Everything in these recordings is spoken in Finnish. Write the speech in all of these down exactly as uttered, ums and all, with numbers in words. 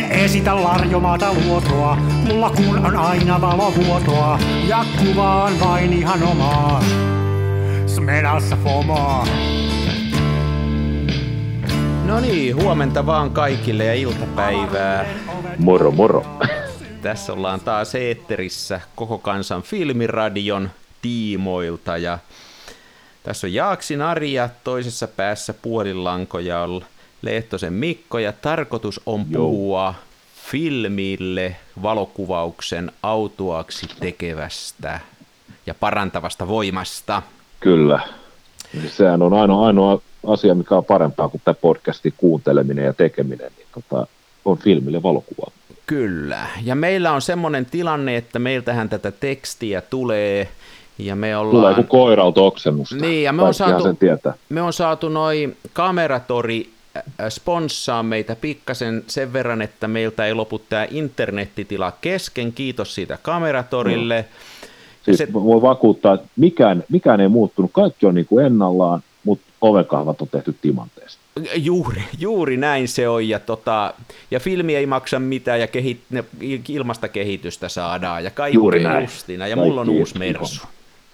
En esitä larjomaata luotoa, mulla kun on aina valovuotoa, ja kuvaan vain ihan omaa, smenassa fomaa. No niin, huomenta vaan kaikille ja iltapäivää. Moro moro. Tässä ollaan taas eetterissä Koko Kansan Filmiradion tiimoilta ja tässä on Jaaksin Ari ja toisessa päässä puolilankoja on Lehtosen Mikko ja tarkoitus on puhua Joo. filmille valokuvauksen autuaksi tekevästä ja parantavasta voimasta. Kyllä. Sehän on ainoa, ainoa asia, mikä on parempaa kuin tämä podcastin kuunteleminen ja tekeminen, niin tota, on filmille valokuva. Kyllä. Ja meillä on semmoinen tilanne, että meiltähän tätä tekstiä tulee ja me ollaan... Tulee kuin koiralta oksennusta. Niin, ja me on saatu, sen tietää. me on saatu noi Kameratori sponssaa meitä pikkasen sen verran, että meiltä ei lopu tämä internettitila kesken. Kiitos siitä Kameratorille. Mm. Siis se... voi vakuuttaa, että mikään, mikään ei muuttunut. Kaikki on niin kuin ennallaan, mutta ovenkahvat on tehty timanteesta. Juuri, juuri näin se on. Ja, tota, ja filmi ei maksa mitään ja kehit, ne, ilmasta kehitystä saadaan. Ja kaikki justina. Ja mulla on uusi Mersu.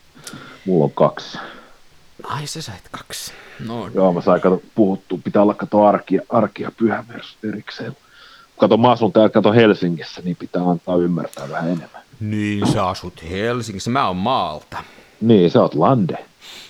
Mulla on kaksi. Ai, sä sait kaksi. No. Joo, mä sain kato puhuttua. Pitää olla kato arkia, arkia pyhä Mersu erikseen. Kato, mä asun täällä kato Helsingissä, niin pitää antaa ymmärtää vähän enemmän. Niin, sä asut Helsingissä. Mä oon maalta. Niin, sä oot lande.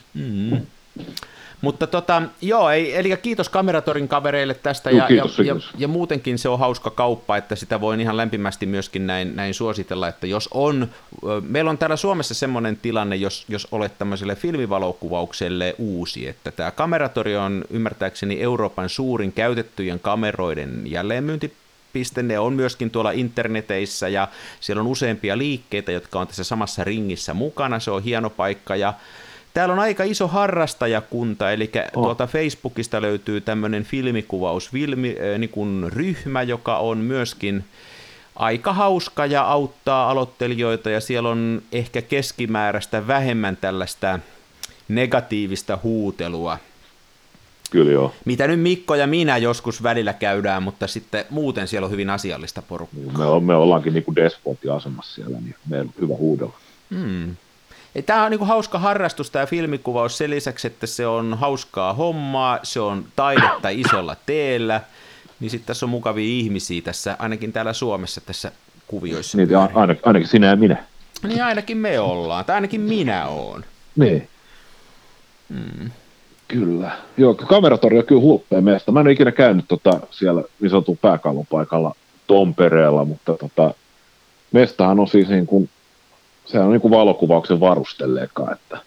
Mm. Mutta tota, joo, ei, eli kiitos Kameratorin kavereille tästä, Joo, ja, kiitos, ja, kiitos. ja, ja muutenkin se on hauska kauppa, että sitä voin ihan lämpimästi myöskin näin, näin suositella, että jos on, meillä on täällä Suomessa semmoinen tilanne, jos, jos olet tämmöiselle filmivalokuvaukselle uusi, että tämä Kameratori on ymmärtääkseni Euroopan suurin käytettyjen kameroiden jälleenmyyntipiste, ne on myöskin tuolla interneteissä ja siellä on useampia liikkeitä, jotka on tässä samassa ringissä mukana, se on hieno paikka ja täällä on aika iso harrastajakunta, eli oh. tuolta Facebookista löytyy tämmöinen filmikuvaus, filmi, äh, niin kuin ryhmä, joka on myöskin aika hauska ja auttaa aloittelijoita, ja siellä on ehkä keskimääräistä vähemmän tällaista negatiivista huutelua. Kyllä joo. Mitä nyt Mikko ja minä joskus välillä käydään, mutta sitten muuten siellä on hyvin asiallista porukkaa. Me, on, me ollaankin niin kuin despotin asemassa siellä, niin meillä on hyvä huudella. Hmm. Tämä on niin kuin hauska harrastus, tämä filmikuvaus, sen lisäksi, että se on hauskaa hommaa, se on taidetta isolla teellä, niin sitten tässä on mukavia ihmisiä tässä, ainakin täällä Suomessa tässä kuvioissa. Niin, ainakin, ainakin sinä ja minä. Niin ainakin me ollaan, tai ainakin minä oon. Niin. Hmm. Kyllä. Joo, Kameratori on kyllä hulppea meistä. Mä en ole ikinä käynyt tota, siellä niin sanotun pääkallon paikalla Tompereella, mutta tota, mestahan on siis niin kuin se on niin kuin valokuvauksen varusteleeka, että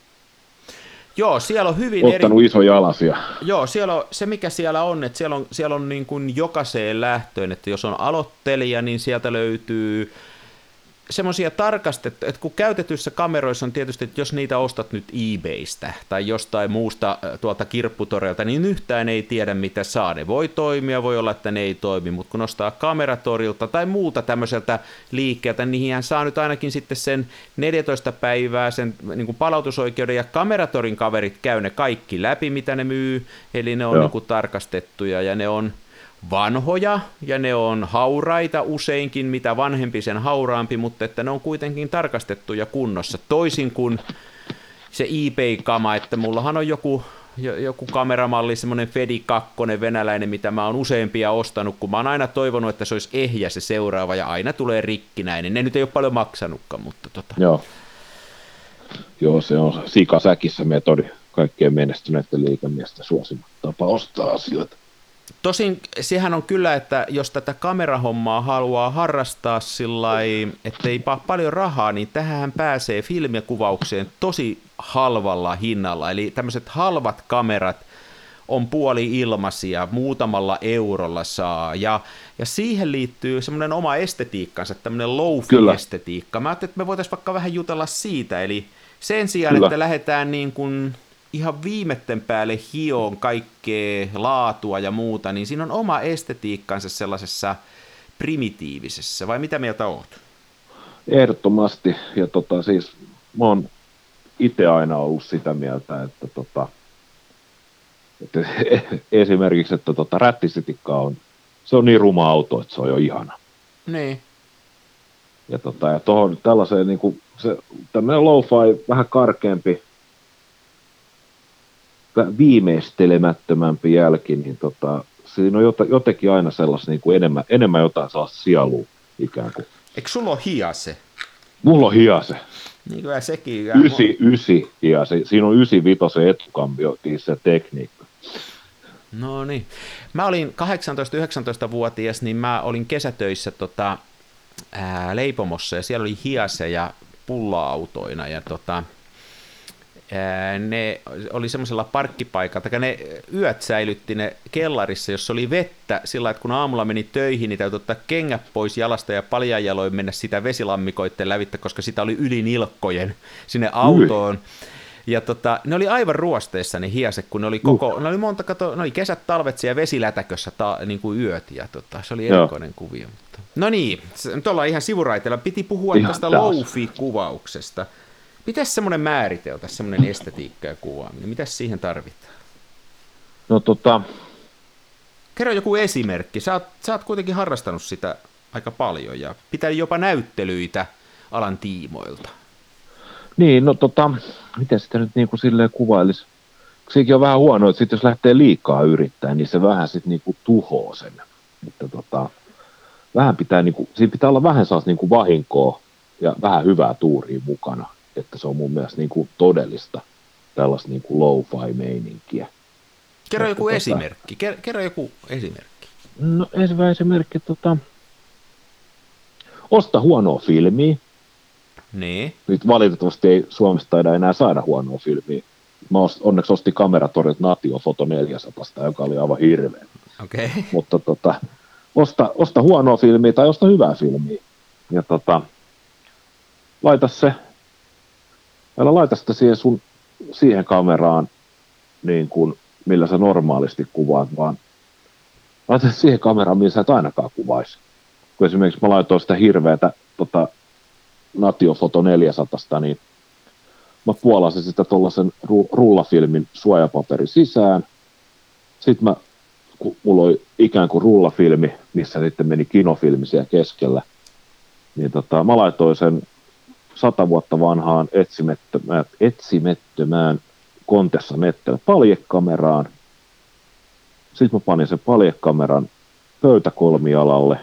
joo, siellä on hyvin ottanut eri... iso jalasia. Joo, siellä on, se mikä siellä on, että siellä on, siellä on niin kuin jokaiseen lähtöön, että jos on aloittelija, niin sieltä löytyy semmoisia tarkastettuja, että kun käytetyissä kameroissa on tietysti, että jos niitä ostat nyt eBaystä tai jostain muusta tuolta kirpputoreilta, niin yhtään ei tiedä mitä saa. Ne voi toimia, voi olla, että ne ei toimi, mutta kun ostaa Kameratorilta tai muuta tämmöiseltä liikkeeltä, niin hän saa nyt ainakin sitten sen neljätoista päivää sen niin kuin palautusoikeuden, ja Kameratorin kaverit käy ne kaikki läpi, mitä ne myy, eli ne on niin kuin tarkastettuja ja ne on vanhoja ja ne on hauraita useinkin, mitä vanhempi sen hauraampi, mutta että ne on kuitenkin tarkastettuja kunnossa. Toisin kuin se eBay-kama, että mullahan on joku, joku kameramalli, semmoinen Fedi kaksi venäläinen, mitä mä oon useampia ostanut, kun mä oon aina toivonut, että se olisi ehjä se seuraava ja aina tulee rikkinäinen. Ne nyt ei ole paljon maksanutkaan, mutta tota. Joo, Joo se on sikasäkissä metodi kaikkien menestyneiden liikemiesten suosima tapa ostaa asioita. Tosin sehän on kyllä, että jos tätä kamerahommaa haluaa harrastaa sillai, ettei paljon rahaa, niin tähän pääsee filmikuvaukseen tosi halvalla hinnalla. Eli tämmöiset halvat kamerat on puoli ilmaisia, muutamalla eurolla saa. Ja, ja siihen liittyy semmoinen oma estetiikkansa, tämmöinen low-fi-estetiikka. Mä ajattelin, että me voitaisiin vaikka vähän jutella siitä. Eli sen sijaan, kyllä, että lähdetään niin kuin ihan viimetten päälle hioon kaikkea laatua ja muuta, niin siinä on oma estetiikkansa sellaisessa primitiivisessä, vai mitä mieltä oot? Ehdottomasti, ja tota, siis mä oon itse aina ollut sitä mieltä, että, tota, että esimerkiksi, että tota, rättisitikka on se on niin ruma auto, että se on jo ihana. Niin. Ja, tota, ja tuohon tällaiseen niin kuin, se, tämmöinen lo-fi, vähän karkeampi, viimeistelemättömämpi jälki, niin tota, siinä on jotenkin aina sellaista niin kuin enemmän, enemmän jotain sellaista sielua ikään kuin. Eikö sulla ole hiase? Mulla on hiase. Niin kyllä sekin. Ysi, ysi hiase. Siinä on ysi vitosen etukampio, se tekniikka. No niin. Mä olin kahdeksantoista-yhdeksäntoista-vuotias, niin mä olin kesätöissä tota, ää, leipomossa, ja siellä oli hiaseja pulla-autoina, ja tota, ää, ne oli semmoisella parkkipaikalla, tai ne yöt säilytti ne kellarissa, jossa oli vettä, sillä että kun aamulla meni töihin, niin täytyy ottaa kengät pois jalasta ja paljain jaloin mennä sitä vesilammikoitten lävittä, koska sitä oli yli nilkkojen sinne autoon. Ui. Ja tota, ne oli aivan ruosteissa ne hiaset, kun ne oli koko, uh. ne oli monta, kato, ne oli kesät, talvet siellä vesilätäkössä ta, niin kuin yöt, ja tota, se oli erikoinen Joo. kuvio. Mutta. No niin, nyt ollaan ihan sivuraiteella, piti puhua ihan tästä low-fi-kuvauksesta. Mitäs semmoinen määriteltä, semmoinen estetiikka ja kuvaaminen, mitäs siihen tarvitaan? No tota... Kerro joku esimerkki, sä oot, sä oot kuitenkin harrastanut sitä aika paljon, ja pitää jopa näyttelyitä alan tiimoilta. Niin, no tota, miten sitä nyt niin kuin silleen kuvailisi? Sekin on vähän huono, että sit jos lähtee liikaa yrittämään, niin se vähän sitten niin kuin tuhoaa sen. Että tota, vähän pitää, niin kuin, siinä pitää olla vähän sellaista niin kuin vahinkoa ja vähän hyvää tuuria mukana, että se on mun mielestä niin kuin todellista tällaista niin kuin lo-fi-meininkiä. Kerro joku tota, esimerkki, kerro joku esimerkki. No ensimmäinen esimerkki, tota, osta huonoa filmiä. Niin. Nyt valitettavasti ei Suomesta taida enää saada huonoa filmiä. Mä onneksi ostin Kameratorilta Natio Foto neljäsataa, joka oli aivan hirveä. Okay. Mutta tota, osta, osta huonoa filmiä tai osta hyvää filmiä. Ja tota, laita se, älä laita sitä siihen, sun, siihen kameraan, niin kuin, millä sä normaalisti kuvaat, vaan laita se siihen kameraan, millä sä et ainakaan kuvaisi. Kun esimerkiksi mä laitoin sitä hirveätä tota, Natio Foto neljäsataa, niin mä puolasin sitä tuollaisen rullafilmin suojapaperin sisään. Sitten mä, kun mulla oli ikään kuin rullafilmi, missä sitten meni kinofilmi siellä keskellä, niin tota, mä laitoin sen sata vuotta vanhaan etsimättömään, etsimättömään Kontessa Nettel paljekameraan. Sitten mä panin sen paljekameran pöytäkolmialalle,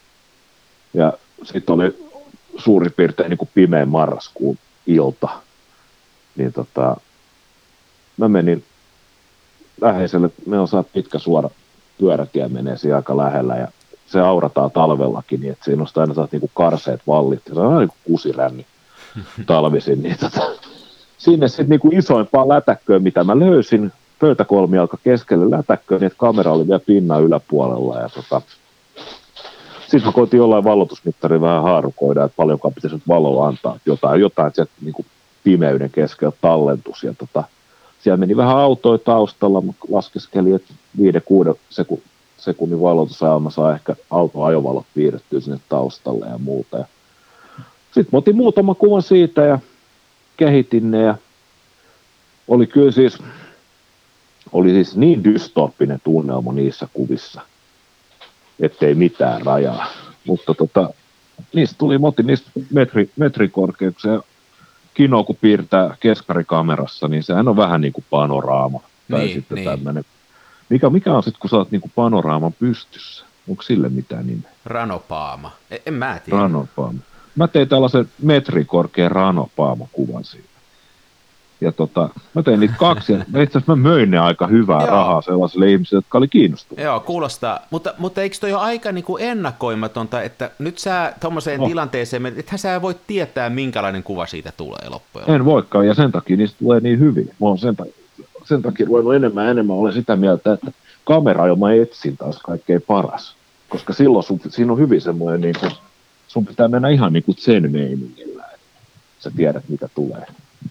ja sitten oli suurin piirtein niin kuin pimeä marraskuun ilta, niin tota, mä menin läheiselle, meillä on saa pitkä suora pyörätie menee siinä aika lähellä, ja se aurataan talvellakin, niin että siinä on aina saat niin kuin karseet vallit, ja se on aina niin kuin kusiränni talvisin, niin tota, sinne sitten niin kuin isoimpaan lätäkköön, mitä mä löysin, pöytäkolmijalka keskelle lätäkköön, niin että kamera oli vielä pinnan yläpuolella, ja tota, sitten mä koitin jollain valotusmittaria vähän haarukoida, että paljonkaan pitäisi nyt valoa antaa, että jotain, jotain että sieltä niin kuin pimeyden keskellä tallentus. Ja tota, siellä meni vähän autoja taustalla, mä laskeskelin, että viiden kuuden seku, sekunnin valotusajalla saa ehkä auton ajovalot piirrettyä sinne taustalle ja muuta. Ja sitten mä otin muutama kuvan siitä ja kehitin ne, ja oli kyllä siis, oli siis niin dystooppinen tunnelma niissä kuvissa, ettei mitään rajaa, mutta tota, niistä tuli moti, niistä metri, metrikorkeuksia. Kino, kun piirtää keskarikamerassa, niin sehän on vähän niin kuin panoraama. Tai niin, sitten niin. tämmöinen. Mikä, mikä on sitten, kun sä oot niin kuin panoraaman pystyssä? Onko sille mitään nimeä? Ranopaama. En, en mä tiedä. Ranopaama. Mä tein tällaisen metrikorkean ranopaama-kuvan siitä. Ja tota, mä tein niitä kaksi, ja itse asiassa mä möin ne aika hyvää rahaa sellaisille ihmisille, jotka oli kiinnostuneet. Joo, kuulostaa. Mutta, mutta eikö toi ole aika niin kuin ennakoimatonta, että nyt sä tuommoiseen oh. tilanteeseen, että sä voit tietää, minkälainen kuva siitä tulee loppujen. En voikaan, ja sen takia niistä tulee niin hyvin. Mä oon sen, takia, sen takia ruvennut enemmän ja enemmän, olen sitä mieltä, että kamera ilman etsintä olisi kaikkein paras. Koska silloin sun, siinä on hyvin semmoinen, niin kuin, sun pitää mennä ihan niin kuin sen meiningillä, että sä tiedät, mitä tulee.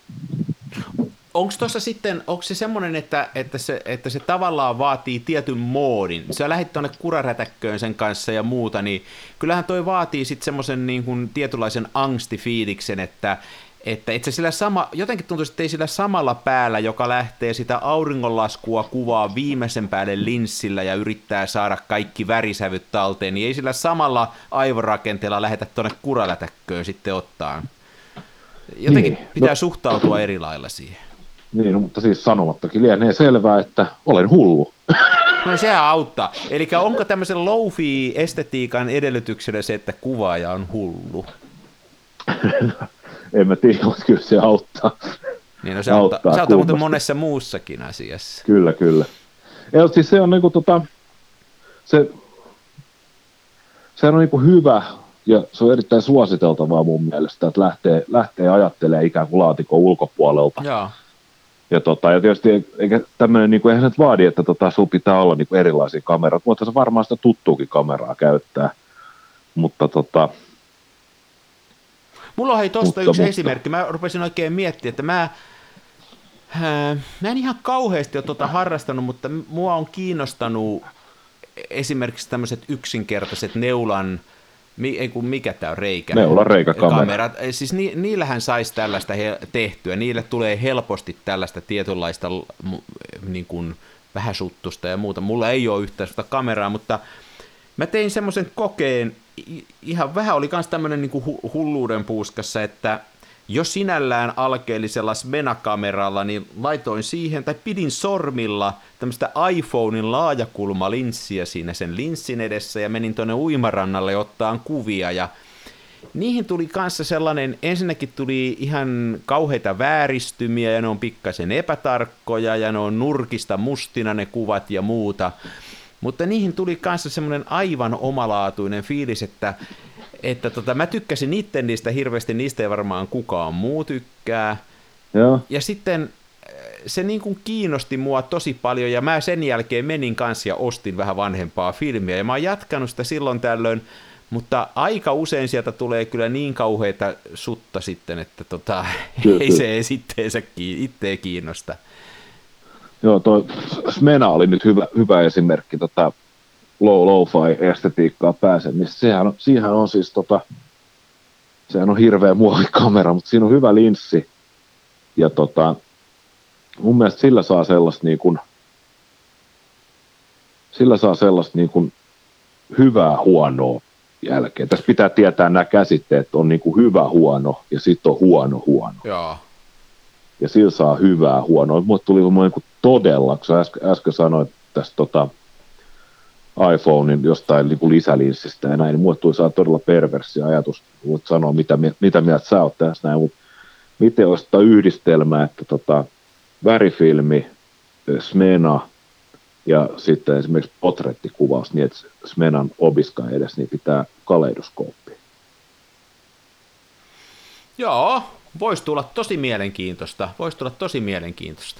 Onko tuossa sitten, onko se semmoinen, että, että, se, että se tavallaan vaatii tietyn moodin? Sä lähdit tuonne kurarätäkköön sen kanssa ja muuta, niin kyllähän toi vaatii sitten semmoisen niin kuin tietynlaisen angstifiiliksen, että Että et se sillä sama, jotenkin tuntuu, että ei sillä samalla päällä, joka lähtee sitä auringonlaskua kuvaa viimeisen päälle linssillä ja yrittää saada kaikki värisävyt talteen, niin ei sillä samalla aivorakenteella lähetä tuonne kuralätäkköön sitten ottaa. Jotenkin niin, pitää no, suhtautua eri lailla siihen. Niin, no, mutta siis sanomattakin lienee selvää, että olen hullu. No sehän auttaa. Eli onko tämmöisen low-fi-estetiikan edellytyksenä se, että kuvaaja on hullu? En mä tiedä, mutta kyllä se auttaa. Niin, no se auttaa, auttaa, se auttaa muuten monessa muussakin asiassa. Kyllä, kyllä. Ja siis se on niinku tota, se, sehän on niinku hyvä ja se on erittäin suositeltavaa mun mielestä, että lähtee, lähtee ajattelemaan ikään kuin laatikon ulkopuolelta. Joo. Ja, tota, ja tietysti eikä tämmöinen, niinku, eihän se nyt vaadi, että tota, sulla pitää olla niinku erilaisia kameroita, mutta se varmaan sitä tuttuukin kameraa käyttää, mutta tota... Mulla on hei tosta yksi mutta. esimerkki, mä rupesin oikein miettimään, että mä, ää, mä en ihan kauheasti ole tota harrastanut, mutta mua on kiinnostanut esimerkiksi tämmöiset yksinkertaiset neulan, Mi, ei kun mikä tämä on, reikä? Neulan reikäkamerat. Siis ni, niillähän saisi tällaista he, tehtyä, niille tulee helposti tällaista tietynlaista niin kuin vähäsuttusta ja muuta. Mulla ei ole yhtään sitä kameraa, mutta mä tein semmoisen kokeen, ihan vähän oli myös tämmöinen niin kuin hulluuden puuskassa, että jos sinällään alkeellisella Smena-kameralla, niin laitoin siihen, tai pidin sormilla tämmöistä iPhonein laajakulmalinssiä siinä sen linssin edessä, ja menin tuonne uimarannalle ottaan kuvia, ja niihin tuli kanssa sellainen, ensinnäkin tuli ihan kauheita vääristymiä, ja ne on pikkasen epätarkkoja, ja ne on nurkista mustina ne kuvat ja muuta, mutta niihin tuli kanssa semmoinen aivan omalaatuinen fiilis, että että tota, mä tykkäsin itse niistä hirveästi, niistä ei varmaan kukaan muu tykkää. Joo. Ja sitten se niin kuin kiinnosti mua tosi paljon, ja mä sen jälkeen menin kanssa ja ostin vähän vanhempaa filmiä, ja mä oon jatkanut sitä silloin tällöin, mutta aika usein sieltä tulee kyllä niin kauheita sutta sitten, että tota, ei se itteensä itteen kiinnosta. Joo, tuo Smena oli nyt hyvä, hyvä esimerkki tota low, low-fi-estetiikkaa pääsemistä. Sehän on, siihen on siis tota, sehän on hirveä muovikamera, mutta siinä on hyvä linssi. Ja tota, mun mielestä sillä saa sellaista niin kuin, sillä saa sellaista niin kuin hyvää huonoa jälkeen. Tässä pitää tietää nämä käsitteet, on niin kuin hyvä huono ja sitten on huono huono. Joo. Ja sillä saa hyvää huonoa. Mulle tuli niin kuin todella, kun sä äsken, äsken sanoit tästä tota, iPhonein jostain niin kuin lisälinssistä ja näin, niin mulle tuli saa todella perversi ajatus. Voit sanoa, mitä, mitä mieltä sä oot tässä näin, mutta miten olisi sitä yhdistelmää, että tota, värifilmi, Smena ja sitten esimerkiksi portrettikuvaus, niin että Smenan obiska edes niin pitää kaleidoskooppia. Joo, voisi tulla tosi mielenkiintoista. Voisi tulla tosi mielenkiintoista.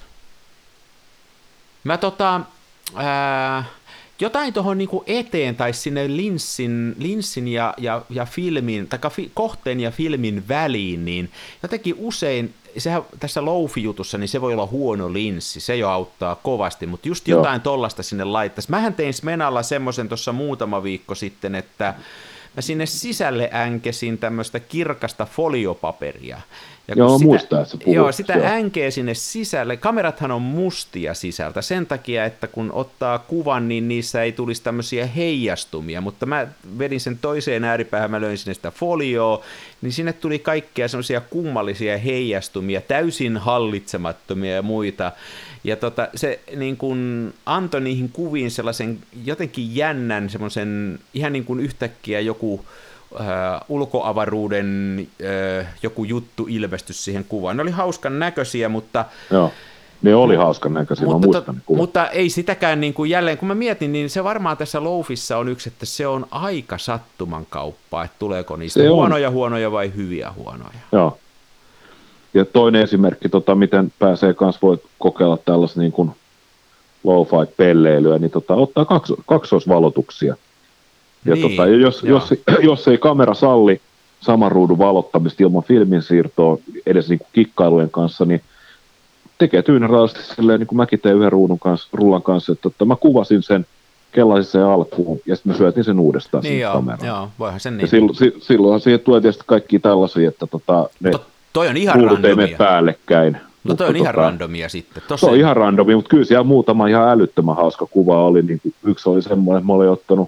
Mä tota... Ää... Jotain tuohon niinku eteen tai sinne linssin, linssin ja, ja, ja filmin, tai fi, kohteen ja filmin väliin, niin jotenkin usein, sehän tässä low-fi-jutussa, niin se voi olla huono linssi, se jo auttaa kovasti, mutta just jotain tollasta sinne laittaisi. Mähän tein Smenalla semmoisen tuossa muutama viikko sitten, että mä sinne sisälle änkesin tämmöistä kirkasta foliopaperia. Ja joo, sitä, muistaa, että sä puhut. Joo, sitä joo. änkee sinne sisälle. Kamerathan on mustia sisältä sen takia, että kun ottaa kuvan, niin niissä ei tulisi tämmöisiä heijastumia, mutta mä vedin sen toiseen ääripäähän, mä löin sinne sitä folioa, niin sinne tuli kaikkea semmoisia kummallisia heijastumia, täysin hallitsemattomia ja muita. Ja tota, se niin kun antoi niihin kuviin sellaisen jotenkin jännän, semmoisen ihan niin kuin yhtäkkiä joku Uh, ulkoavaruuden uh, joku juttu ilmestys siihen kuvaan. Ne oli hauskan näköisiä, mutta... Joo, ne oli hauskan näköisiä, mutta, mä muistan to, mutta ei sitäkään niin kuin jälleen, kun mä mietin, niin se varmaan tässä low-fissa on yksi, että se on aika sattuman kauppaa, että tuleeko niistä se huonoja on. huonoja vai hyviä huonoja. Joo. Ja toinen esimerkki, tota, miten pääsee kanssa, voi kokeilla tällaista niin kuin low-fi-pelleilyä, niin tota, ottaa kakso, kaksoisvalotuksia. Ja, niin, tota, ja jos, jos, jos ei kamera salli saman ruudun valottamista ilman filmin siirtoa edes niin kuin kikkailujen kanssa, niin tekee tyynäraasti silleen, niin kuin mäkin tein yhden ruudun kanssa, rullan kanssa, että, että mä kuvasin sen, kellasin sen alkuun ja sitten mä syötin sen uudestaan niin sinne joo, kameraan. Joo, voihan sen niin. Ja silloin, silloinhan siihen tulee tietysti kaikkia tällaisia, että tota, ne Tot, Toi on ihan ruudut ei mene randomia. päällekkäin. No mutta toi on ihan tota, randomia sitten. Se on ihan randomia, mutta kyllä siellä muutama ihan älyttömän hauska kuva oli. Niin kuin yksi oli semmoinen, että mä olin ottanut,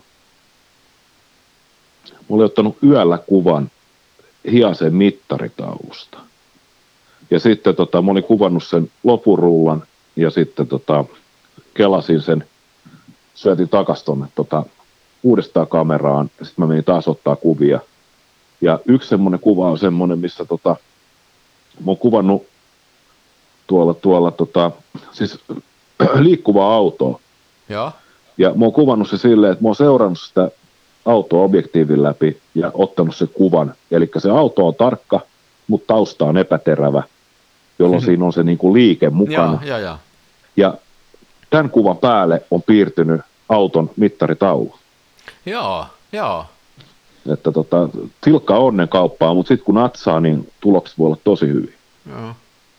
mä olin ottanut yöllä kuvan Hiasen mittaritaulusta. Ja sitten tota, mä olin kuvannut sen lopurullan ja sitten tota, kelasin sen, syötin takas tonne tota, uudestaan kameraan ja sitten mä menin taas ottaa kuvia. Ja yksi semmoinen kuva on semmoinen, missä tota, mä oon kuvannut tuolla, tuolla tota, siis liikkuvaa autoa. Joo. Ja mä oon kuvannut se silleen, että mä oon seurannut sitä autoa objektiivin läpi ja ottanut sen kuvan. Eli se auto on tarkka, mutta tausta on epäterävä, jolloin siinä on se niinku liike mukana. Joo, joo, joo. Ja tämän kuvan päälle on piirtynyt auton mittaritaulu. Joo, joo. Että tota, tilkkaa onnen kauppaa, mutta sitten kun natsaa, niin tulokset voi olla tosi hyviä. Joo.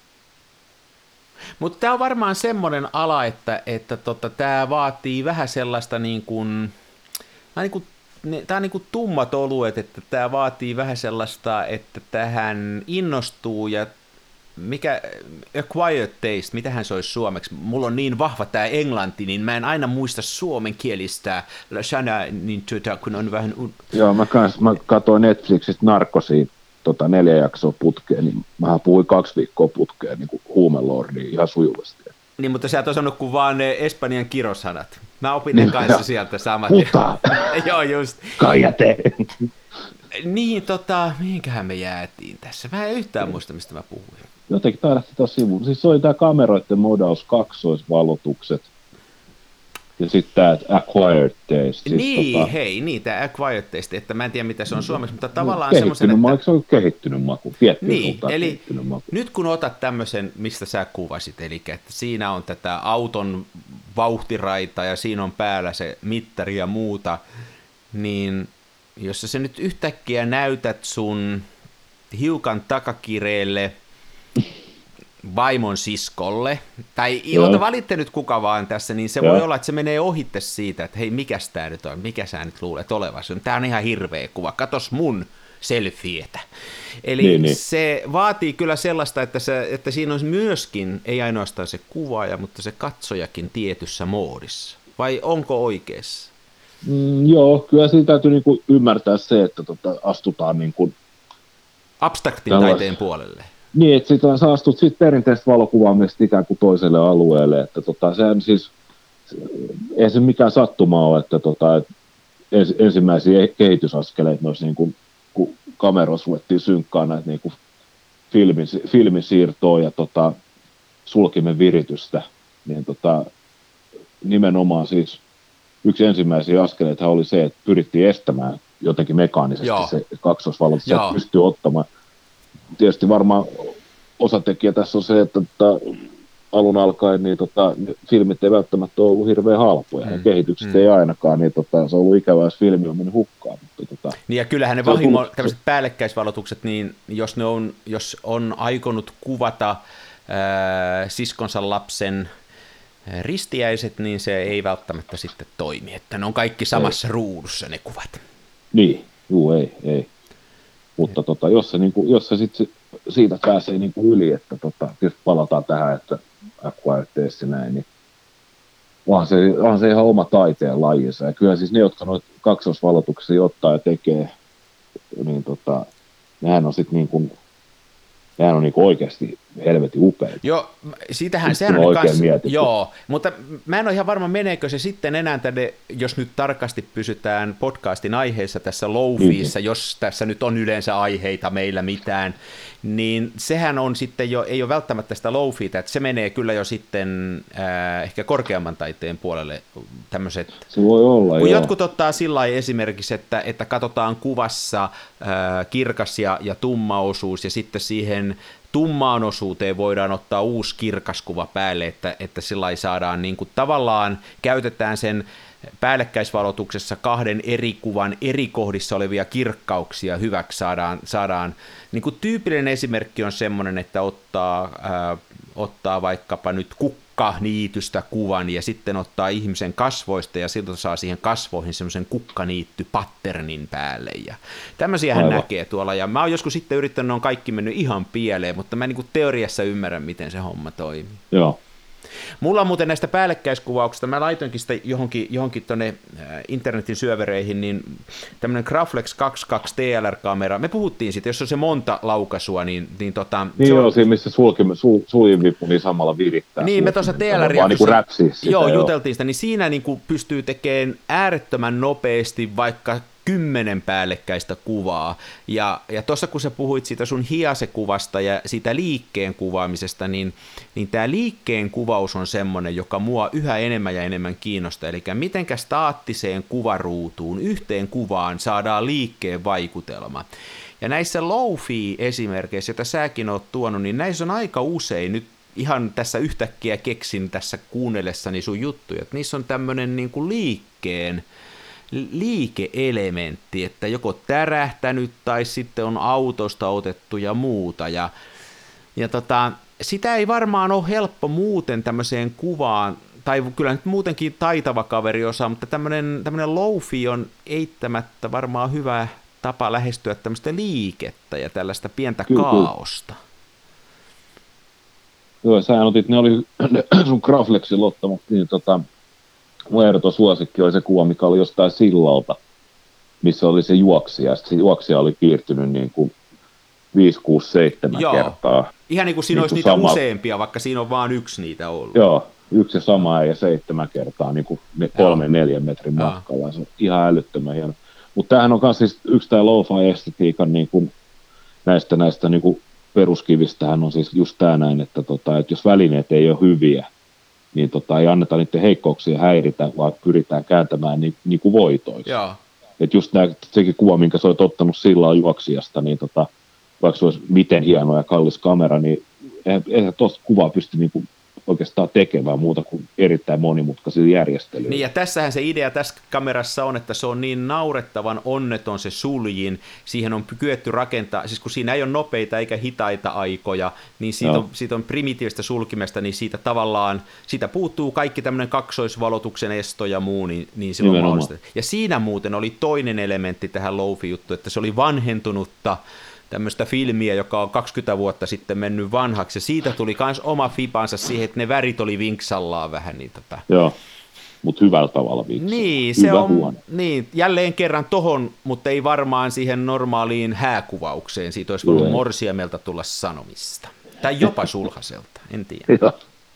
Mutta tämä on varmaan semmoinen ala, että, että tota, tämä vaatii vähän sellaista niin kuin, tämä on niin kuin, tämä on niin kuin tummat oluet, että tämä vaatii vähän sellaista, että tähän innostuu ja mikä, acquired taste, mitähän se olisi suomeksi? Mulla on niin vahva tämä englanti, niin mä en aina muista suomenkielistä sanaa, niin tuota, kun on vähän... Un... Joo, mä, kans, mä katsoin Netflixistä Narcosia tota neljä jaksoa putkeen, niin mähän puhuin kaksi viikkoa putkeen niin kuin huumelordiin ihan sujuvasti. Niin, mutta sä et osannut kuin vaan ne Espanjan kirosanat. Mä opin ne kanssa sieltä samat. Puta! Joo, just. Kajate! Niin, tota, mihinkähän me jäätiin tässä? Mä en yhtään muista, mistä mä puhuin. Jotenkin taidahti taas sivuun. Siis se oli tää kameroiden modaus, kaksoisvalotukset. Ja sitten tämä acquired taste. Siis niin, tota... hei, niin, tämä acquired taste, että mä en tiedä mitä se on suomeksi, mutta tavallaan kehittynyt semmoisen, maku, että... se on kehittynyt maku, tiettyyn niin, suuntaan eli kehittynyt maku. nyt kun otat tämmöisen, mistä sä kuvasit, eli että siinä on tätä auton vauhtiraita ja siinä on päällä se mittari ja muuta, niin jos sä nyt yhtäkkiä näytät sun hiukan takakireelle vaimon siskolle, tai ilta valitte nyt kuka vaan tässä, niin se Joo. voi olla, että se menee ohitte siitä, että hei, mikäs tää nyt on, mikä sä nyt luulet olevasi. Tää on ihan hirveä kuva, katos mun selfietä. Eli niin, niin. se vaatii kyllä sellaista, että, se, että siinä on myöskin, ei ainoastaan se kuvaaja, mutta se katsojakin tietyssä moodissa. Vai onko oikeassa? Mm, joo, kyllä siinä täytyy niinku ymmärtää se, että tota, astutaan niinku abstraktin tällais... taiteen puolelle. Niin, että sitä sä astut siitä perinteistä valokuvaamista ikään kuin toiselle alueelle, että tota, sehän siis, ei se mikään sattuma ole, että tota, et ens, ensimmäisiä kehitysaskeleita noissa niin kuin, kun kameroissa ruvettiin synkkaamaan näitä niin kuin filmin, filmisiirtoa ja tota, sulkimen viritystä, niin tota, nimenomaan siis yksi ensimmäisiä askeleita oli se, että pyrittiin estämään jotenkin mekaanisesti Joo. se kaksoisvalo, että se pystyy ottamaan. Tietysti varmaan osatekijä tässä on se, että tota, alun alkaen niin tota, filmit ei välttämättä ole ollut hirveän halpoja, mm. ja kehitykset mm. ei ainakaan, niin tota, se on ollut ikävää, jos filmi on mennyt hukkaan. Mutta, tota, niin ja kyllähän ne vahingo, tullut... tämmöiset päällekkäisvalotukset, niin jos ne on, jos on aikonut kuvata ää, siskonsa lapsen ristiäiset, niin se ei välttämättä sitten toimi, että ne on kaikki samassa ei. ruudussa ne kuvat. Niin, juu, ei, ei. Mutta tota, jos se, niin kuin, jos se sit, siitä pääsee niin kuin yli, että tota, jos palataan tähän, että acquired taste näin, niin onhan se, onhan se ihan oma taiteen lajinsa. Ja kyllä siis ne, jotka noita kaksoisvalotuksia ottaa ja tekee, niin tota, nehän on sitten niin kuin, nehän on niin kuin oikeasti helvetin upeita. Joo, siitähän sehän on kans, joo, mutta mä en ole ihan varma, meneekö se sitten enää tänne, jos nyt tarkasti pysytään podcastin aiheessa tässä low-fiissa, mm-hmm. jos tässä nyt on yleensä aiheita meillä mitään, niin sehän on sitten jo, ei ole välttämättä sitä low-fiitä, että se menee kyllä jo sitten äh, ehkä korkeamman taiteen puolelle tämmöiset. Se voi olla, kun joo. jotkut ottaa sillä lailla esimerkiksi, että, että katsotaan kuvassa äh, kirkas ja, ja tumma osuus ja sitten siihen tummaan osuuteen voidaan ottaa uusi kirkas kuva päälle, että, että sillä saadaan niin kuin tavallaan, käytetään sen päällekkäisvalotuksessa kahden eri kuvan eri kohdissa olevia kirkkauksia hyväksi, saadaan, saadaan niin kuin tyypillinen esimerkki on semmoinen, että ottaa, ää, ottaa vaikkapa nyt kukka kukkaniitystä kuvan ja sitten ottaa ihmisen kasvoista ja siltä saa siihen kasvoihin semmoisen kukkaniitty-patternin päälle ja tämmöisiä hän näkee tuolla ja mä oon joskus sitten yrittänyt, ne on kaikki mennyt ihan pieleen, mutta mä niin kuin teoriassa ymmärrän, miten se homma toimii. Joo. Mulla on muuten näistä päällekkäiskuvauksista, mä laitoinkin sitä johonkin, johonkin tuonne internetin syövereihin, niin tämmöinen Graflex kaksikymmentäkaksi T L R-kamera, me puhuttiin siitä, jos on se monta laukaisua, niin, niin tota... Niin se joo, on... siinä missä sul, suljinvipu, niin samalla virittää. Niin, me tuossa T L R... Vaan niin kuin räpsii sitä. Joo, joo, juteltiin sitä, niin siinä niin kuin pystyy tekemään äärettömän nopeasti vaikka kymmenen päällekkäistä kuvaa. Ja, ja tuossa kun sä puhuit siitä sun hiasekuvasta ja siitä liikkeen kuvaamisesta, niin, niin tämä liikkeen kuvaus on semmoinen, joka mua yhä enemmän ja enemmän kiinnostaa. Eli mitenkä staattiseen kuvaruutuun, yhteen kuvaan saadaan liikkeen vaikutelma. Ja näissä low-fi-esimerkkeissä, joita säkin oot tuonut, niin näissä on aika usein, nyt ihan tässä yhtäkkiä keksin tässä kuunnellessani sun juttuja, että niissä on tämmöinen niin kuin liikkeen liike-elementti, että joko tärähtänyt tai sitten on autosta otettu ja muuta. Ja, ja tota, sitä ei varmaan ole helppo muuten tämmöiseen kuvaan, tai kyllä nyt muutenkin taitava kaveri osaa, mutta tämmöinen, tämmöinen low-fi on eittämättä varmaan hyvä tapa lähestyä tämmöistä liikettä ja tällaista pientä kyllä, kaaosta. Joo, sä otit, ne oli sun Graflexilla ottamat, niin tota, mun ehdoton suosikki oli se kuva, mikä oli jostain sillalta, missä oli se juoksija, ja se juoksija oli piirtynyt niin kuin viisi, kuusi, seitsemän Joo. kertaa. Ihan niin kuin siinä niin olisi kuin niitä sama... useampia, vaikka siinä on vain yksi niitä ollut. Joo, yksi ja sama ja seitsemän kertaa niin kuin kolme, neljän metrin Joo. matkalla. Se on ihan älyttömän hieno. Mutta tämähän on myös siis yksi tämä lo-fi-estetiikan niin kuin näistä, näistä niin kuin peruskivistähän on siis just tämä näin, että, tota, että jos välineet ei ole hyviä, niin tota, ei anneta niiden heikkouksia häiritä, vaan pyritään kääntämään ni, niin kuin voitoiksi. Joo. Et just nää, sekin kuva, minkä sä oot ottanut sillaan juoksijasta, niin tota, vaikka se olisi miten hieno ja kallis kamera, niin eihän tuosta kuvaa pysty niin kuin oikeastaan tekemään muuta kuin erittäin monimutkaisia järjestelyjä. Niin ja tässähän se idea tässä kamerassa on, että se on niin naurettavan onneton se suljin, siihen on kyetty rakentaa, siis kun siinä ei ole nopeita eikä hitaita aikoja, niin siitä, on, siitä on primitiivistä sulkimesta, niin siitä tavallaan, siitä puuttuu kaikki tämmöinen kaksoisvalotuksen esto ja muu, niin, niin silloin on mahdollista. Ja siinä muuten oli toinen elementti tähän low-fi-juttuun, että se oli vanhentunutta, tämmöistä filmiä, joka on kaksikymmentä vuotta sitten mennyt vanhaksi, ja siitä tuli myös oma fipansa siihen, että ne värit oli vinksallaan vähän. Niin tota. Joo, mutta hyvällä tavalla vinksalla. Niin, Hyvä se on, huone. niin, jälleen kerran tohon, mutta ei varmaan siihen normaaliin hääkuvaukseen, siitä olisi voinut Morsiamelta tulla sanomista. Tai jopa Sulhaselta, en tiedä. Joo.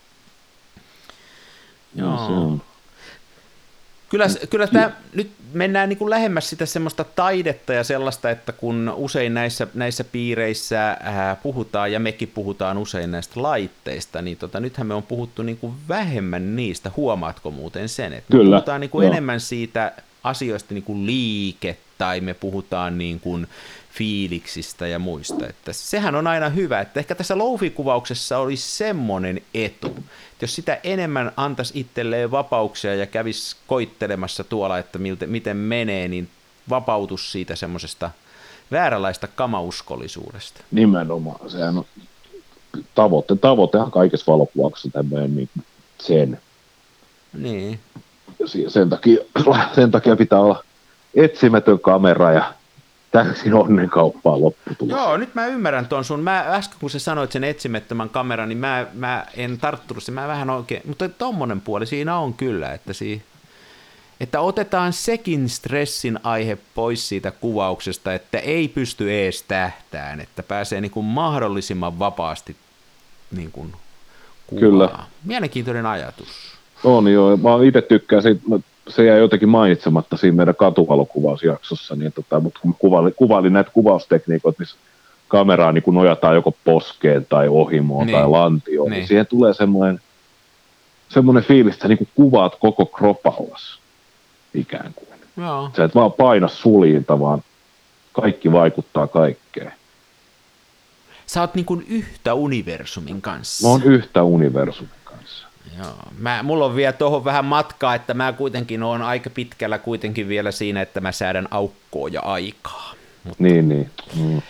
Joo. Se on. Kyllä, kyllä tämä, nyt mennään niin kuin lähemmäs sitä semmoista taidetta ja sellaista, että kun usein näissä, näissä piireissä ää, puhutaan, ja mekin puhutaan usein näistä laitteista, niin tota, nythän me on puhuttu niin kuin vähemmän niistä, huomaatko muuten sen? Että me kyllä, puhutaan niin kuin enemmän siitä asioista niin kuin liike, tai me puhutaan niin kuin fiiliksistä ja muista. Että sehän on aina hyvä, että ehkä tässä low-fi-kuvauksessa olisi semmoinen etu, että jos sitä enemmän antaisi itselleen vapauksia ja kävisi koittelemassa tuolla, että miltä, miten menee, niin vapautus siitä semmoisesta vääränlaista kamauskollisuudesta. Nimenomaan, sehän on tavoite, tavoitehan kaikessa valokuvauksessa tämmöinen niin sen. Niin. Sen takia, sen takia pitää olla etsimätön kamera ja täysin onnenkauppaa lopputulos. Joo, nyt mä ymmärrän tuon sun. Mä äsken kun sä sanoit sen etsimättömän kameran, niin mä, mä en tarttunut sen. Mä vähän oikein, mutta tommonen puoli siinä on kyllä, että, si, että otetaan sekin stressin aihe pois siitä kuvauksesta, että ei pysty ees tähtään, että pääsee niin kuin mahdollisimman vapaasti niin kuin kuvaa. Kyllä. Mielenkiintoinen ajatus. On joo, mä itse tykkään siitä, se jäi jotenkin mainitsematta siinä meidän katuvalokuvausjaksossa, niin tota, mutta kun kuvailin, kuvailin näitä kuvaustekniikoita, missä kameraa niin kun nojataan joko poskeen tai ohimoon niin. tai lantioon, niin. niin siihen tulee semmoinen, semmoinen fiilis, että niin kun kuvaat koko kropallas ikään kuin. Joo. Sä et vaan paina suljinta, vaan kaikki vaikuttaa kaikkeen. Sä oot niin kuin yhtä universumin kanssa. Mä oon yhtä universumin kanssa. Joo. Mä, mulla on vielä tuohon vähän matkaa, että mä kuitenkin oon aika pitkällä kuitenkin vielä siinä, että mä säädän aukkoa ja aikaa. Mutta, niin, niin. Mm.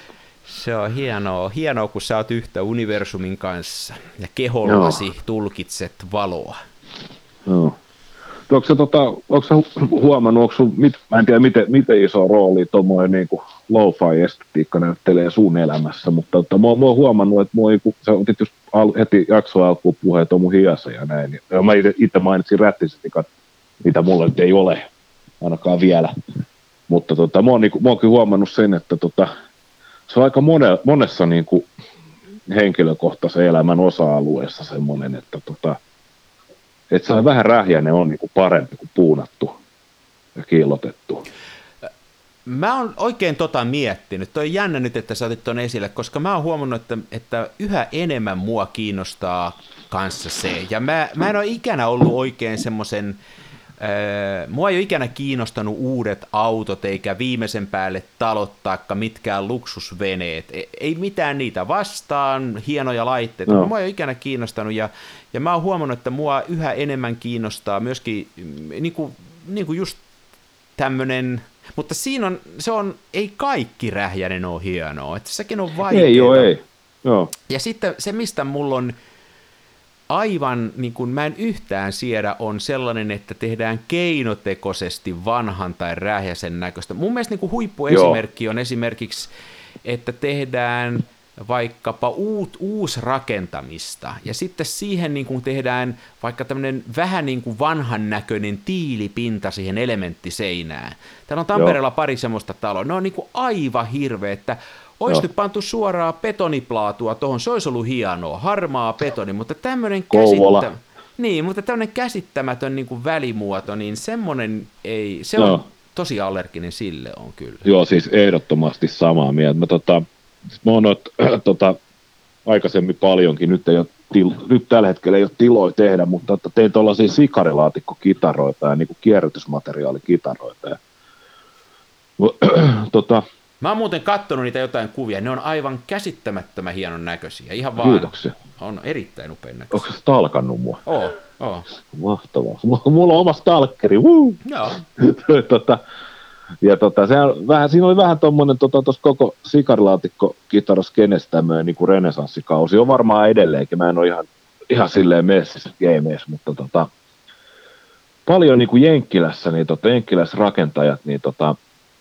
Se on hienoa, hienoa, kun sä oot yhtä universumin kanssa ja kehollasi Joo. tulkitset valoa. Joo. Onko sä, tota, onko sä huomannut, onko sun, mit, mä en tiedä miten, miten iso rooli tuommoinen niin lo-fi-estetiikka näyttelee sun elämässä, mutta tota, mä, mä oon huomannut, että mua, kun sä otit just al, heti jaksoa alkuun puheen Tomu Hiassa ja näin, niin, ja mä itse mainitsin rättisetikat, mitä mulla nyt ei ole, ainakaan vielä, mutta tota, mä, oon, niin, mä oon kyllä huomannut sen, että tota, se on aika mone, monessa niin kuin, henkilökohtaisen elämän osa-alueessa semmoinen, että tota, että se on vähän rähjäinen on niinku parempi kuin puunattu ja kiillotettu. Mä oon oikein tota miettinyt. Toi on jännä nyt, että sä otit ton esille, koska mä oon huomannut, että, että yhä enemmän mua kiinnostaa kanssa se. Ja mä, mä en ole ikänä ollut oikein semmoisen, äh, mua ei ole ikänä kiinnostanut uudet autot, eikä viimeisen päälle talot taikka mitkään luksusveneet. Ei, ei mitään niitä vastaan, hienoja laitteita. No. Mua ei ole ikänä kiinnostanut ja Ja mä oon huomannut, että mua yhä enemmän kiinnostaa myöskin niin kuin, niin kuin just tämmönen, mutta siinä on, se on, ei kaikki rähjäinen ole hienoa, että sekin on vaikeaa. Ei joo, ei. Joo. Ja sitten se, mistä mulla on aivan, niin kuin mä en yhtään siedä, on sellainen, että tehdään keinotekoisesti vanhan tai rähjäisen näköistä. Mun mielestä niin kuin huippuesimerkki on esimerkiksi, että tehdään vaikkapa uut, uusrakentamista, ja sitten siihen niin kuin tehdään vaikka tämmöinen vähän niin kuin vanhan näköinen tiilipinta siihen elementtiseinään. Täällä on Tampereella Joo. pari semmoista taloa. Ne on niin kuin aivan hirveä, että olisi nyt pantu suoraa betoniplaatua tuohon, se olisi ollut hienoa, harmaa betoni, mutta tämmöinen käsittä... Niin, mutta tämmöinen käsittämätön niin kuin välimuoto, niin semmoinen ei, se on Joo. tosi allerginen sille on kyllä. Joo, siis ehdottomasti samaa mieltä. Mä tota... Mä oon noit, tota, aikaisemmin paljonkin, nyt, ei ole til, nyt tällä hetkellä ei ole tiloja tehdä, mutta että tein tuollaisia sikarilaatikko-kitaroita ja niin kuin kierrätysmateriaalikitaroita. Ja, tota, Mä oon muuten katsonut niitä jotain kuvia, ne on aivan käsittämättömän hienon näköisiä, ihan vaan. Kiitoksia. On erittäin upein näköisiä. Onko sä stalkannut mua? Oo, oo. Mahtavaa. Mulla on oma stalkeri, wuu! Joo. tota, Ja tota, se on vähän, siinä oli vähän tuommoinen tuossa tota, koko sikarilaatikko-kitaraskenestä tämmöinen niin kuin renesanssikausi. On varmaan edelleenkin, mä en ole ihan, ihan silleen messissä gameissa, mutta tota, paljon niin kuin Jenkkilässä, niin tota, jenkkiläisrakentajat, niin tota,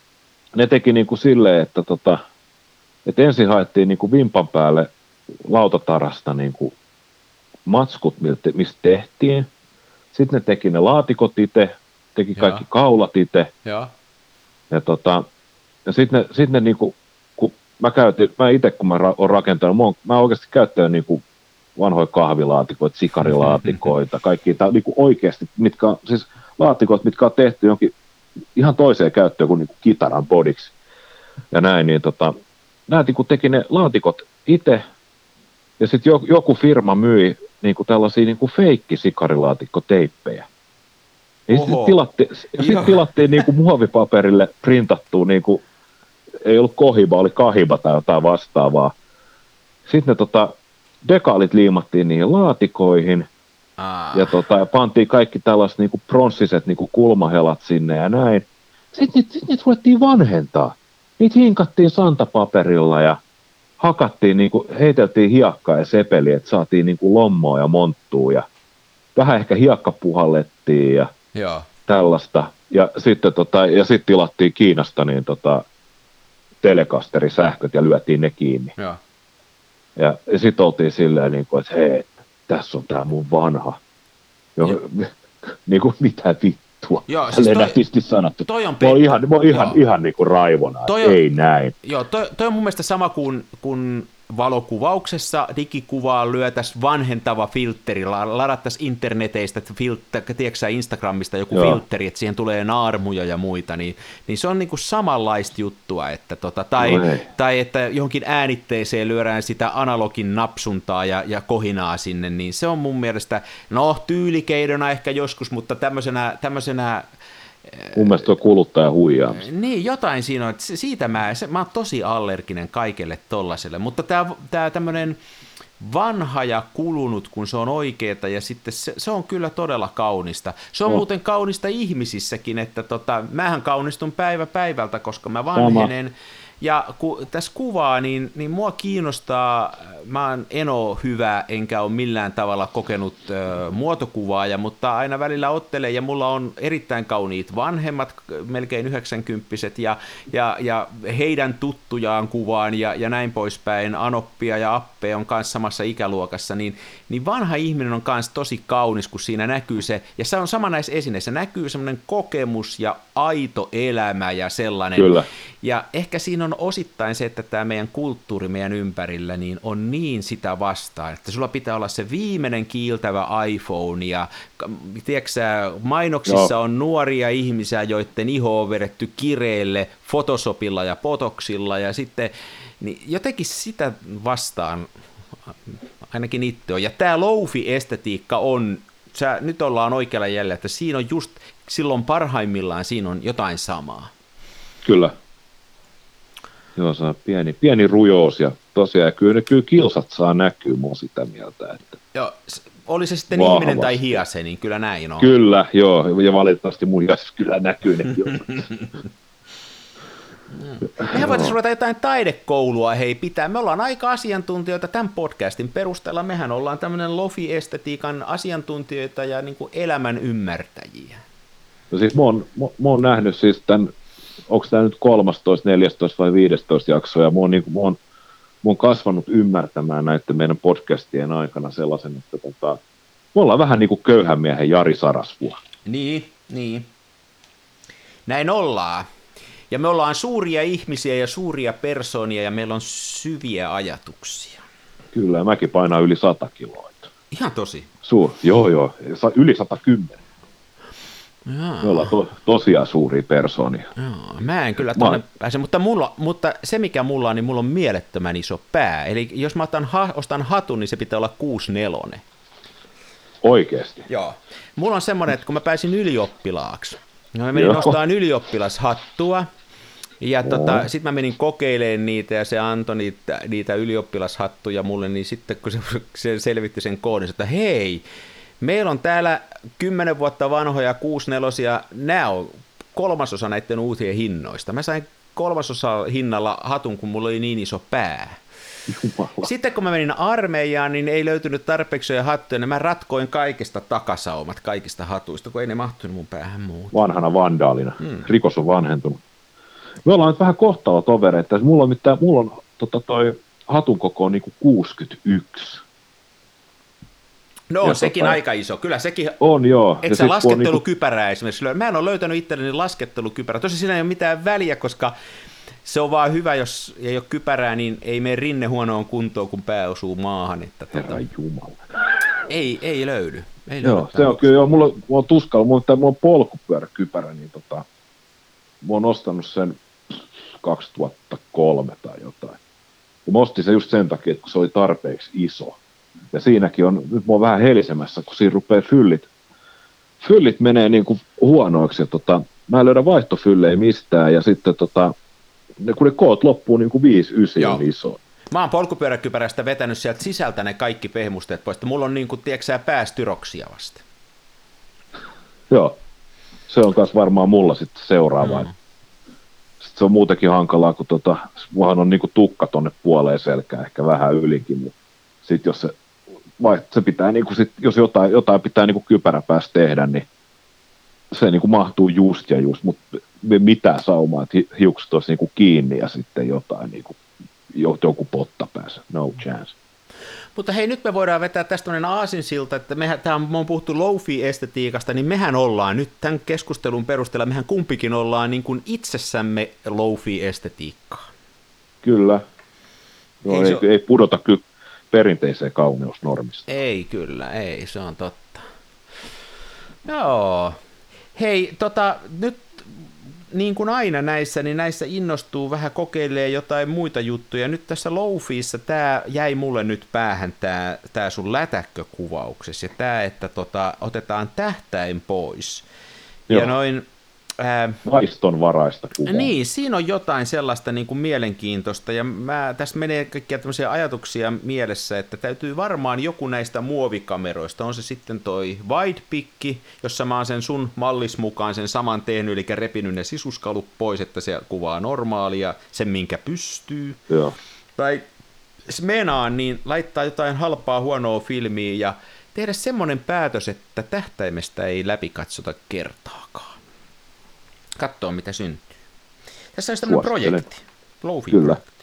ne teki niin kuin silleen, että, tota, että ensin haettiin niin kuin vimpan päälle lautatarasta niin kuin matskut, mistä tehtiin. Sitten ne teki ne laatikot itse, teki kaikki Jaa. kaulat itse. Jaa. Ja, tota, ja sitten ne, sit ne niinku, kun mä käytin, mä itse kun mä ra, oon rakentanut, mä, oon, mä oon oikeasti käyttänyt niinku vanhoja kahvilaatikoita, sikarilaatikoita, kaikki tää, niinku oikeasti, mitkä on, siis laatikot, mitkä on tehty jonkin ihan toiseen käyttöön kuin niinku kitaran bodiksi. Ja näin, niin tota, nää niinku teki ne laatikot itse, ja sitten joku firma myi niinku tällaisia niinku feikki sikarilaatikko-teippejä. Ja sitten tilattiin, sit tilattiin niinku muovipaperille printattua, niinku, ei ollut Kohiba, oli Kahiba tai jotain vastaavaa. Sitten ne tota, dekaalit liimattiin niihin laatikoihin ah. ja, tota, ja pantiin kaikki tällaiset niinku pronssiset niinku kulmahelat sinne ja näin. Sitten niitä sit niit ruvettiin vanhentaa. Niitä hinkattiin santapaperilla ja hakattiin, niinku, heiteltiin hiekkaa ja sepeliä, että saatiin niinku lommoa ja monttua ja vähän ehkä hiekka puhallettiin ja Joo. tällaista. Ja sitten tota, ja sit tilattiin Kiinasta niin tota, telekasterisähköt ja lyötiin ne kiinni. Joo. Ja, ja sitten oltiin silleen, niin kuin, että hei, tässä on tää mun vanha. Jo, niin kuin mitä vittua. Joo, siis toi, sanottu. Toi on pe- mä oon ihan, mä oon ihan, ihan niin kuin raivona, toi on, ei näin. Joo, toi, toi on mun mielestä sama kuin kun valokuvauksessa digikuvaan lyötäisiin vanhentava filtteri, ladattaisiin interneteistä, filter, tiedätkö Instagramista joku Joo. filtteri, että siihen tulee naarmuja ja muita, niin, niin se on niinku samanlaista juttua, että tota, tai, no tai että johonkin äänitteeseen lyödään sitä analogin napsuntaa ja, ja kohinaa sinne, niin se on mun mielestä, no tyylikeidona ehkä joskus, mutta tämmöisenä, tämmöisenä mun mielestä on kuluttaja huijaamista. Niin, jotain siinä on, että siitä mä, se, mä oon tosi allerginen kaikelle tollaselle, mutta tää, tää tämmönen vanha ja kulunut, kun se on oikeeta, ja sitten se, se on kyllä todella kaunista. Se on no. muuten kaunista ihmisissäkin, että tota, mähän kaunistun päivä päivältä, koska mä vanhenen, Ja kun tässä kuvaa, niin, niin mua kiinnostaa, mä en ole hyvä, enkä ole millään tavalla kokenut ö, muotokuvaaja, mutta aina välillä ottelen, ja mulla on erittäin kauniit vanhemmat, melkein yhdeksänkymppiset, ja, ja, ja heidän tuttujaan kuvaan, ja, ja näin poispäin, Anoppia ja Appe on kanssa samassa ikäluokassa, niin, niin vanha ihminen on kanssa tosi kaunis, kun siinä näkyy se, ja se on sama näissä esineissä, näkyy semmoinen kokemus ja aito elämä ja sellainen. Kyllä. Ja ehkä siinä on osittain se, että tämä meidän kulttuuri meidän ympärillä niin on niin sitä vastaan, että sulla pitää olla se viimeinen kiiltävä iPhone ja tiedätkö sä, mainoksissa Joo. on nuoria ihmisiä, joiden iho on vedetty kireelle Photoshopilla ja Botoxilla ja sitten niin jotenkin sitä vastaan ainakin itse on. Ja tämä lofi-estetiikka on, sä, nyt ollaan oikealla jäljellä, että siinä on just silloin parhaimmillaan siinä on jotain samaa. Kyllä. Joo, se on pieni, pieni rujous ja tosiaan kyllä, kyllä kilsat saa näkyä, mä oon sitä mieltä. Että joo, oli se sitten vahvasti. Ihminen tai hiase, niin kyllä näin on. Kyllä, joo, ja valitettavasti mun hiasessa kyllä näkyy ne kilsat. Mehän voitaisiin ruveta jotain taidekoulua hei pitää. Me ollaan aika asiantuntijoita tämän podcastin perusteella. Mehän ollaan tämmöinen lofi-estetiikan asiantuntijoita ja niin kuin elämän ymmärtäjiä. No siis mä oon, mä, mä oon nähnyt siis tämän, onko tämä nyt kolmastoista, neljästoista vai viidestoista jakso, ja mä oon, niin kuin, mä oon, mä oon kasvanut ymmärtämään näiden meidän podcastien aikana sellaisen, että tota, me ollaan vähän niin kuin köyhän miehen Jari Sarasvuo. Niin, niin. Näin ollaan. Ja me ollaan suuria ihmisiä ja suuria persoonia ja meillä on syviä ajatuksia. Kyllä, ja mäkin painaa yli sata kiloa. Ihan tosi. Suur, joo, joo, yli sata kymmenen. Jaa. Me ollaan to, tosiaan suuria persoonia. Jaa, mä en kyllä tuonne pääse, mutta, mulla, mutta se mikä mulla on, niin mulla on mielettömän iso pää. Eli jos mä otan, ha, ostan hatun, niin se pitää olla kuusi neljä. Oikeesti? Joo. Mulla on semmoinen, että kun mä pääsin ylioppilaaksi, no mä menin Joo. ostamaan ylioppilashattua, ja tota, sitten mä menin kokeilemaan niitä, ja se antoi niitä, niitä ylioppilashattuja mulle, niin sitten kun se, se selvitti sen koodin, että hei, meillä on täällä kymmenen vuotta vanhoja kuusinelosia, nämä on kolmasosa näiden uusien hinnoista. Mä sain kolmasosa hinnalla hatun, kun mulla oli niin iso pää. Jumala. Sitten kun mä menin armeijaan, niin ei löytynyt tarpeeksi hattuja, niin mä ratkoin kaikista takasaumat, kaikista hatuista, kun ei ne mahtunut mun päähän muuta. Vanhana vandaalina. Hmm. Rikos on vanhentunut. Me ollaan nyt vähän kohtalotovereita. Mulla on, mitään, mulla on tota, toi hatun koko on niinku kuusikymmentäyksi. No on sekin tota, aika iso, kyllä sekin. On joo. Et sä laskettelukypärää niinku esimerkiksi. Mä en ole löytänyt itselleni laskettelukypärää. Tosi siinä ei ole mitään väliä, koska se on vaan hyvä, jos ei ole kypärää, niin ei mene rinne huonoon kuntoon, kun pää osuu maahan. Että Herra tota, Jumala. Ei, ei löydy. Ei joo, löydy se on kyllä, joo, mulla, mulla on tuskalla, mulla on, mulla on polkupyöräkypärä, niin tota, mä oon ostanut sen kaksituhattakolme tai jotain. Ja mä ostin sen just sen takia, että kun se oli tarpeeksi iso. Ja siinäkin on, nyt mä oon vähän helisemässä, kun siinä rupeaa fyllit, fyllit menee niin kuin huonoiksi. Ja tota, mä en löydä vaihtofyllejä mistään, ja sitten tota, kun ne koot loppuu niin kuin viisi, ysi on iso. Mä oon polkupyöräkypärästä vetänyt sieltä sisältä ne kaikki pehmusteet pois. Mulla on niin kuin, tiedätkö sä, päästyroksia vasta. Joo, se on myös varmaan mulla sitten seuraava. Mm. Sitten se on muutenkin hankalaa, kun tota, muahan on niin kuin tukka tonne puoleen selkään, ehkä vähän ylikin. Mutta sitten jos se, vai, se pitää, niin kuin sit, jos jotain, jotain pitää niin kuin kypäräpäässä tehdä, niin se niin kuin mahtuu just ja just, mutta mitään saumaa, että hiukset olisi niin kuin kiinni ja sitten jotain, niin kuin, joku potta päässä, no chance. Mutta hei, nyt me voidaan vetää tästä tämmöinen aasinsilta, että mehän, tää on, me on puhuttu lofi-estetiikasta, niin mehän ollaan nyt tämän keskustelun perusteella, mehän kumpikin ollaan niin kuin itsessämme lofi-estetiikkaa. Kyllä. No, ei, ei, ei pudota kyllä perinteiseen kauneusnormista. Ei kyllä, ei, se on totta. Joo. Hei, tota, nyt niin kuin aina näissä, niin näissä innostuu vähän kokeilemaan jotain muita juttuja. Nyt tässä lofiissa tämä jäi mulle nyt päähän, tämä, tämä sun lätäkkökuvauksessa, ja tämä, että tota, otetaan tähtäin pois. Joo. Ja noin, Ää, vaistonvaraista kuvaa. Niin, siinä on jotain sellaista niin kuin mielenkiintoista, ja mä, tässä menee kaikkia tämmöisiä ajatuksia mielessä, että täytyy varmaan joku näistä muovikameroista, on se sitten toi widepikki, jossa mä oon sen sun mallis mukaan sen saman tehnyt, eli repinyt ne sisuskalut pois, että se kuvaa normaalia, sen minkä pystyy. Joo. Tai menaan, niin laittaa jotain halpaa huonoa filmiä ja tehdä semmoinen päätös, että tähtäimestä ei läpikatsota kertaakaan. Katsoa, mitä syntyy. Tässä on tämmöinen projekti. Flow-projekti.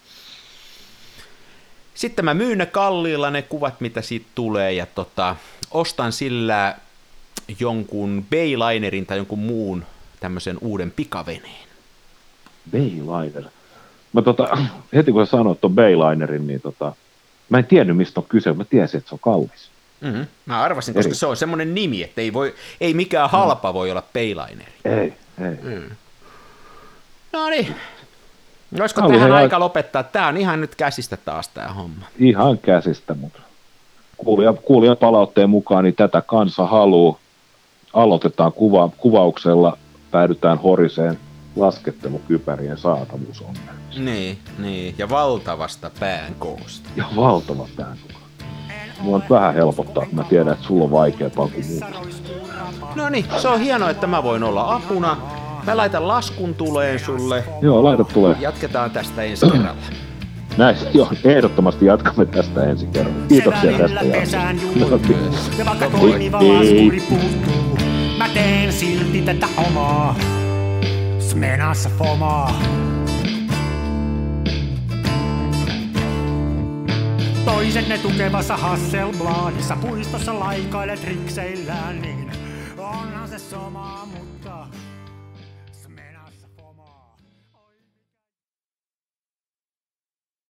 Sitten mä myyn ne kalliilla ne kuvat, mitä siitä tulee, ja tota, ostan sillä jonkun Bayliner tai jonkun muun tämmöisen uuden pikaveneen. Bayliner. Mä tota, heti kun sä sanoit ton Baylinerin, niin tota, mä en tiennyt, mistä on kyse, mä tiesin, että se on kallis. Mm-hmm. Mä arvasin, koska Eri. se on semmoinen nimi, että ei, voi, ei mikään halpa no. voi olla Bayliner. Ei, ei. Mm. No niin. Olisiko Kalli tähän aika lopettaa? Tää on ihan nyt käsistä taas tää homma. Ihan käsistä, mutta kuulijan, kuulijan palautteen mukaan niin tätä kansa haluaa. Aloitetaan kuva, kuvauksella, päädytään horiseen laskettelukypärien saatavuusongelmista. Niin, niin, ja valtavasta päänkoosta. Ja valtava päänkoosta. Mua on vähän helpottaa, kun mä tiedän, että sulla on vaikeampaa kuin muuta. No niin, se on hienoa, että mä voin olla apuna. Mä laitan laskun tuleen sulle. Joo, laita tulee. Jatketaan tästä ensi kerralla. Näin, joo, ehdottomasti jatkamme tästä ensi kerralla. Kiitoksia tästä jaksosta. Ja vaikka toimiva laskuri puuttuu, mä teen silti tätä omaa. Smenassa fomaa. Toiset ne tukevassa Hasselbladissa puistossa laikailet rikseillään, niin onhan se sama, mutta